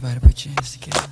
Everybody put your hands together.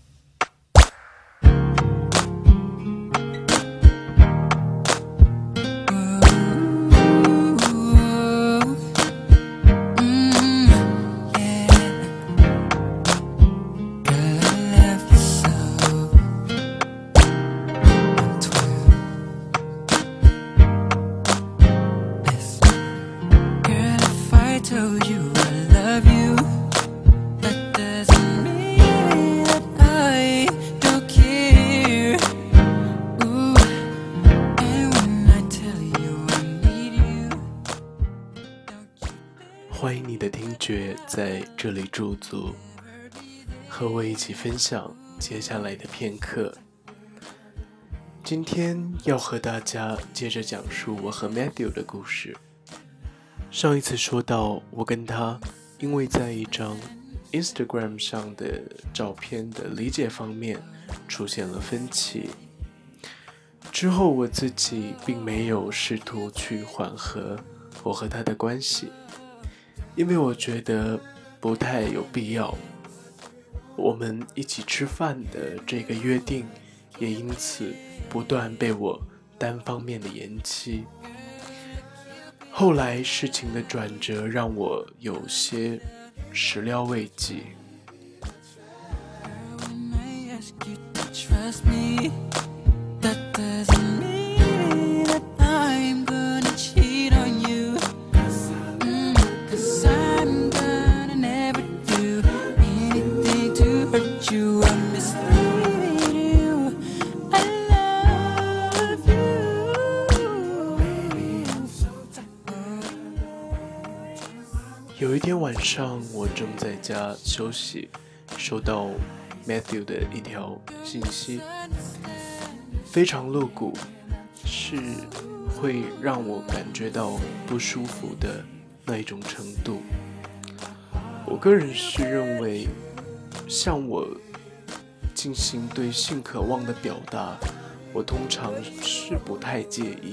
欢迎你的听觉在这里驻足，和我一起分享接下来的片刻。今天要和大家接着讲述我和 Matthew 的故事。上一次说到，我跟他因为在一张 Instagram 上的照片的理解方面出现了分歧，之后我自己并没有试图去缓和我和他的关系，因为我觉得不太有必要。我们一起吃饭的这个约定也因此不断被我单方面的延期。后来事情的转折让我有些始料未及。有一天晚上，我正在家休息，收到 Matthew 的一条信息，非常露骨，是会让我感觉到不舒服的那一种程度。我个人是认为，向我进行对性渴望的表达，我通常是不太介意。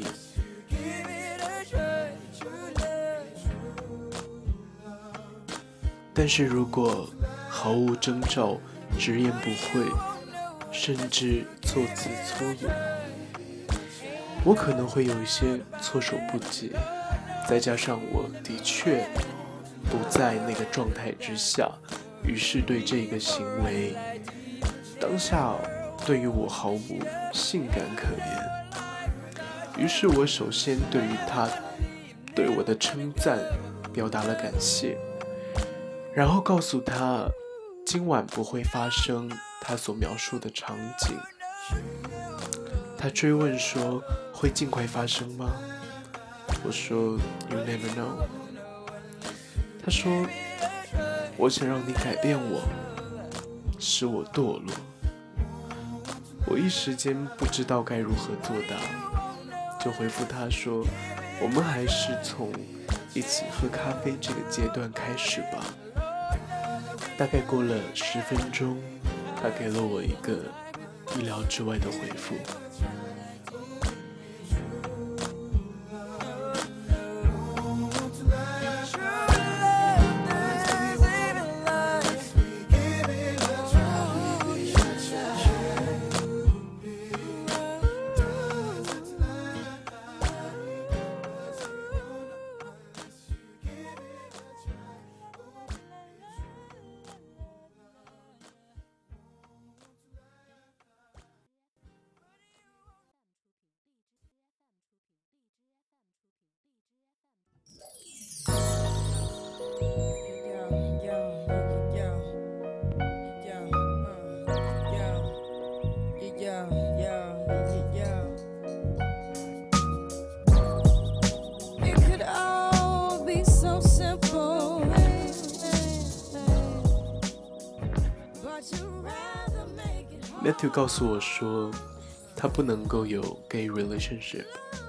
但是如果毫无征兆，直言不讳，甚至措辞粗鲁，我可能会有一些措手不及，再加上我的确不在那个状态之下，于是对这个行为当下对于我毫无性感可言。于是我首先对于他对我的称赞表达了感谢，然后告诉他今晚不会发生他所描述的场景。他追问说，会尽快发生吗？我说 You never know。 他说，我想让你改变我，使我堕落。我一时间不知道该如何作答，就回复他说，我们还是从一起喝咖啡这个阶段开始吧。大概过了10分钟，他给了我一个意料之外的回复。Matthew 告诉我说，他不能够有 gay relationship。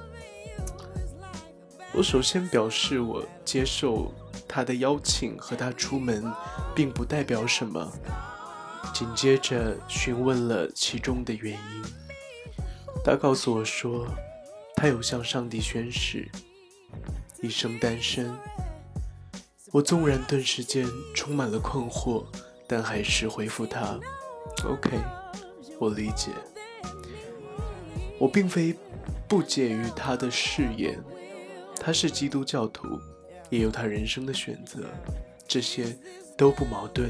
我首先表示我接受他的邀请和他出门并不代表什么，紧接着询问了其中的原因。他告诉我说，他有向上帝宣誓一生单身。我纵然顿时间充满了困惑， 但还是回复他 OK， 我理解。我并非不解于他的誓言，他是基督教徒，也有他人生的选择，这些都不矛盾。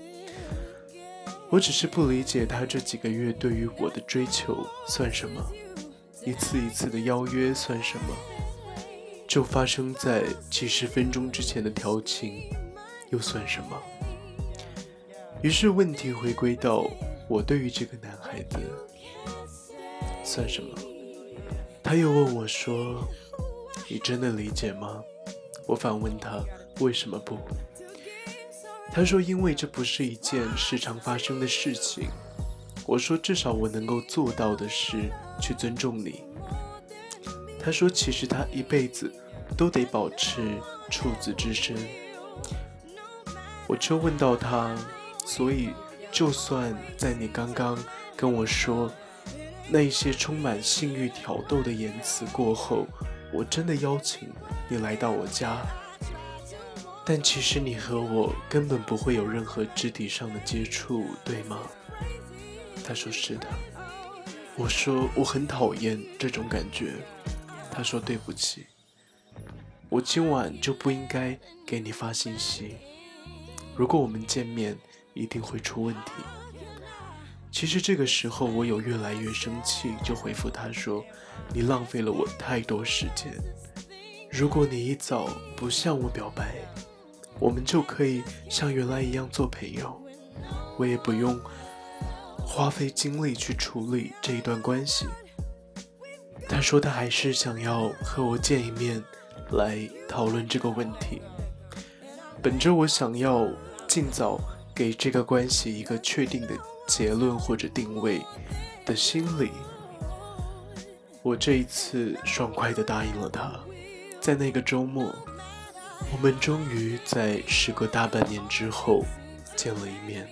我只是不理解他这几个月对于我的追求算什么，一次一次的邀约算什么，就发生在几十分钟之前的调情又算什么。于是问题回归到我对于这个男孩子算什么。他又问我说，你真的理解吗？我反问他，为什么不？他说，因为这不是一件时常发生的事情。我说，至少我能够做到的是去尊重你。他说，其实他一辈子都得保持处子之身。我就问到他，所以就算在你刚刚跟我说那一些充满性欲挑逗的言辞过后，我真的邀请你来到我家，但其实你和我根本不会有任何肢体上的接触，对吗？他说是的。我说我很讨厌这种感觉。他说对不起，我今晚就不应该给你发信息，如果我们见面一定会出问题。其实这个时候我有越来越生气，就回复他说，你浪费了我太多时间，如果你一早不向我表白，我们就可以像原来一样做朋友，我也不用花费精力去处理这一段关系。他说他还是想要和我见一面来讨论这个问题，本着我想要尽早给这个关系一个确定的结论或者定位的心理，我这一次爽快地答应了他。在那个周末，我们终于在时隔大半年之后见了一面。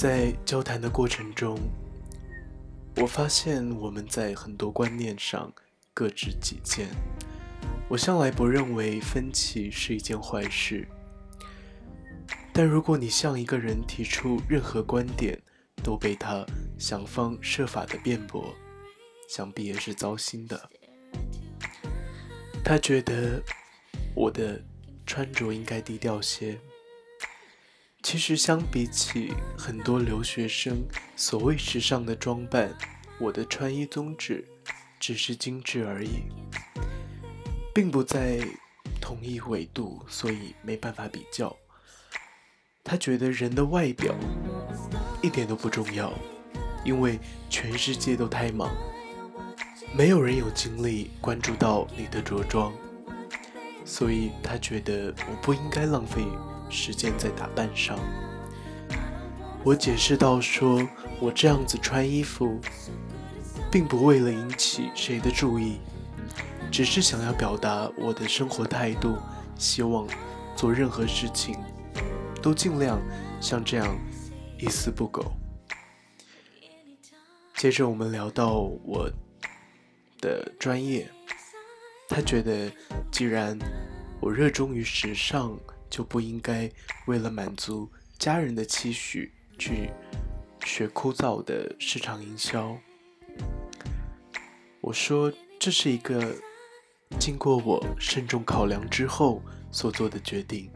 在交谈的过程中，我发现我们在很多观念上各执己见。我向来不认为分歧是一件坏事，但如果你向一个人提出任何观点都被他想方设法的辩驳，想必也是糟心的。他觉得我的穿着应该低调些，其实相比起很多留学生所谓时尚的装扮，我的穿衣宗旨只是精致而已，并不在同一纬度，所以没办法比较。他觉得人的外表一点都不重要，因为全世界都太忙，没有人有精力关注到你的着装，所以他觉得我不应该浪费时间在打扮上。我解释到说，我这样子穿衣服并不为了引起谁的注意，只是想要表达我的生活态度，希望做任何事情都尽量像这样一丝不苟。接着我们聊到我的专业，他觉得既然我热衷于时尚，就不应该为了满足家人的期许去学枯燥的市场营销。我说这是一个经过我慎重考量之后所做的决定，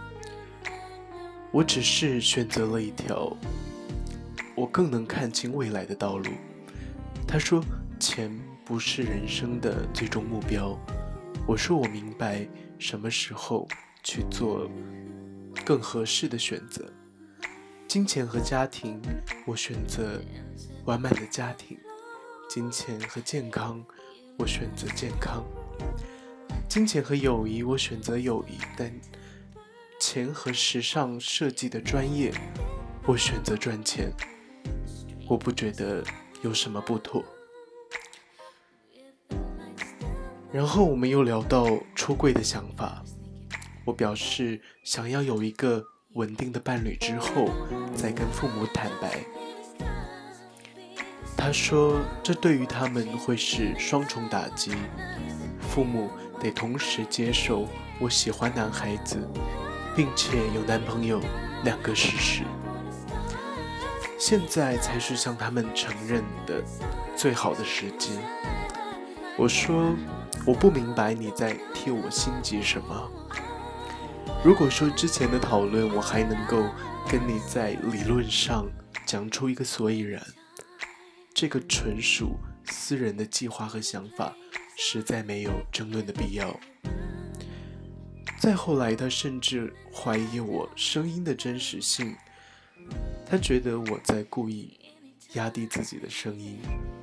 我只是选择了一条我更能看清未来的道路。他说钱不是人生的最终目标，我说我明白什么时候去做更合适的选择。金钱和家庭，我选择完满的家庭；金钱和健康，我选择健康；金钱和友谊，我选择友谊。但钱和时尚设计的专业，我选择赚钱。我不觉得有什么不妥。然后我们又聊到出柜的想法，我表示想要有一个稳定的伴侣之后再跟父母坦白。他说这对于他们会是双重打击，父母得同时接受我喜欢男孩子并且有男朋友2个事实，现在才是向他们承认的最好的时机。我说我不明白你在替我心急什么。如果说之前的讨论我还能够跟你在理论上讲出一个所以然，这个纯属私人的计划和想法，实在没有争论的必要。再后来他甚至怀疑我声音的真实性，他觉得我在故意压低自己的声音。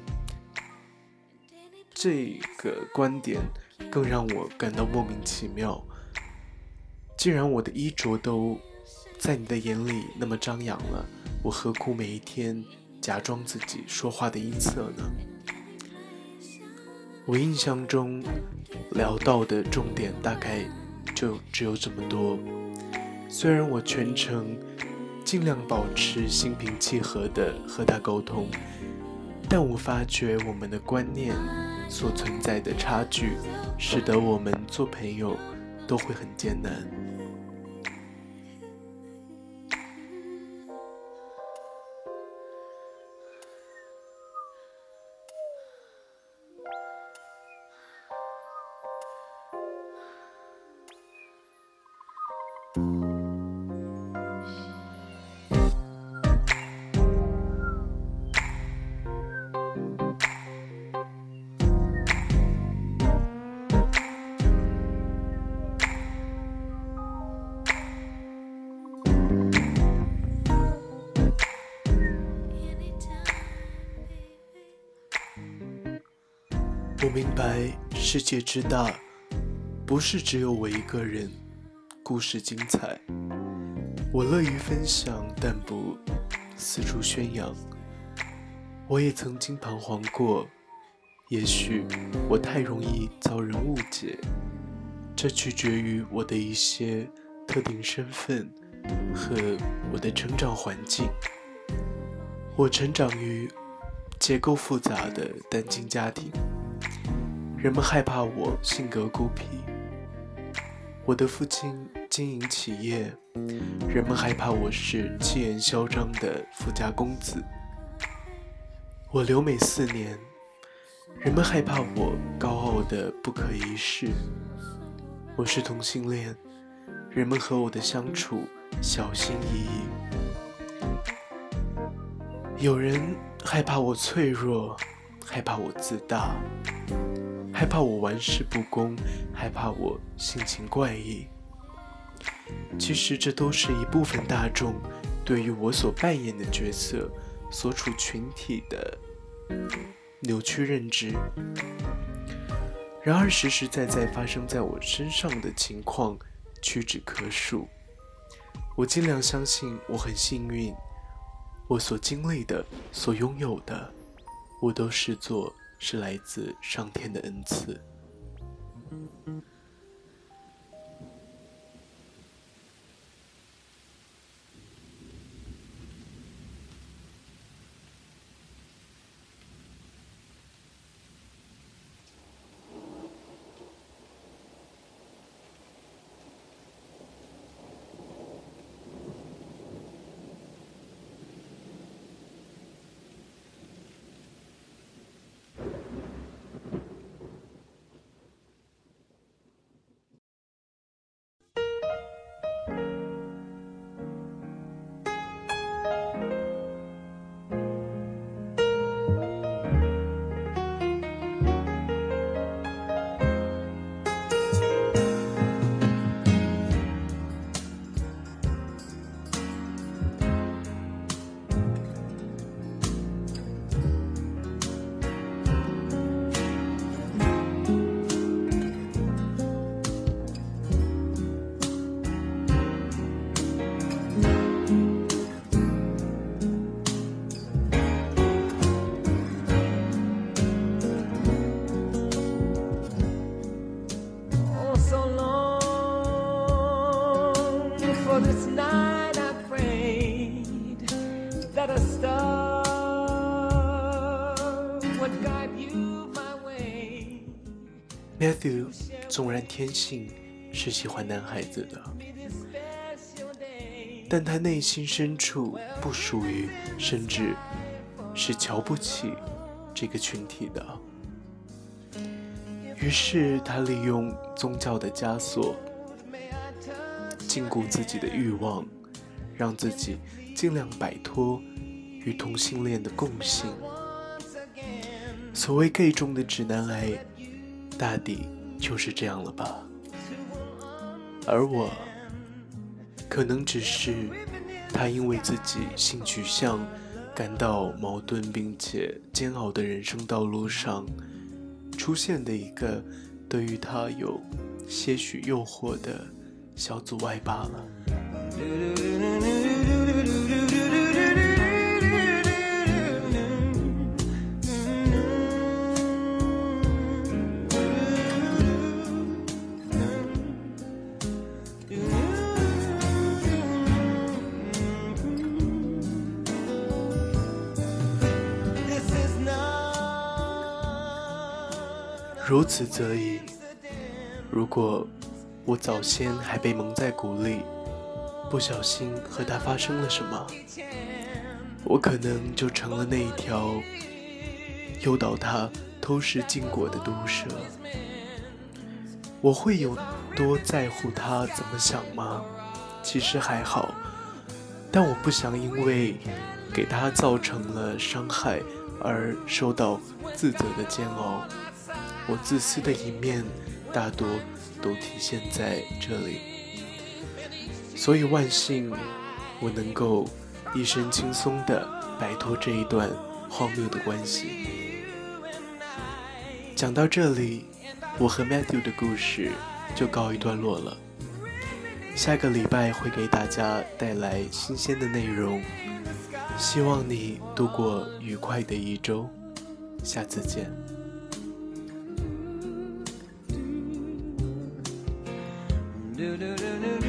这个观点更让我感到莫名其妙。既然我的衣着都在你的眼里那么张扬了，我何苦每一天假装自己说话的音色呢？我印象中聊到的重点大概就只有这么多。虽然我全程尽量保持心平气和地和他沟通，但我发觉我们的观念所存在的差距，使得我们做朋友都会很艰难。我明白世界之大，不是只有我一个人，故事精彩，我乐于分享，但不四处宣扬。我也曾经彷徨过，也许我太容易遭人误解，这取决于我的一些特定身份和我的成长环境。 我成长于结构复杂的单亲家庭，人们害怕我性格孤僻。我的父亲经营企业，人们害怕我是气焰嚣张的富家公子。我留美4年，人们害怕我高傲的不可一世。我是同性恋，人们和我的相处小心翼翼。有人害怕我脆弱，害怕我自大，害怕我玩世不恭，害怕我性情怪异。其实这都是一部分大众对于我所扮演的角色所处群体的扭曲认知。然而实实在在发生在我身上的情况屈指可数。我尽量相信我很幸运，我所经历的，所拥有的，我都视作是来自上天的恩赐。Matthew 纵然天性是喜欢男孩子的，但他内心深处不属于，甚至是瞧不起这个群体的。于是他利用宗教的枷锁，禁锢自己的欲望，让自己尽量摆脱与同性恋的共性。所谓 gay 中的直男癌，大抵就是这样了吧。而我可能只是他因为自己性取向感到矛盾并且煎熬的人生道路上出现的一个对于他有些许诱惑的小阻碍罢了。如此则已，如果我早先还被蒙在鼓里，不小心和他发生了什么，我可能就成了那一条诱导他偷食禁果的毒蛇。我会有多在乎他怎么想吗？其实还好，但我不想因为给他造成了伤害而受到自责的煎熬。我自私的一面大多都体现在这里，所以万幸我能够一身轻松地摆脱这一段荒谬的关系。讲到这里，我和 Matthew 的故事就告一段落了。下个礼拜会给大家带来新鲜的内容，希望你度过愉快的一周，下次见。 do do do do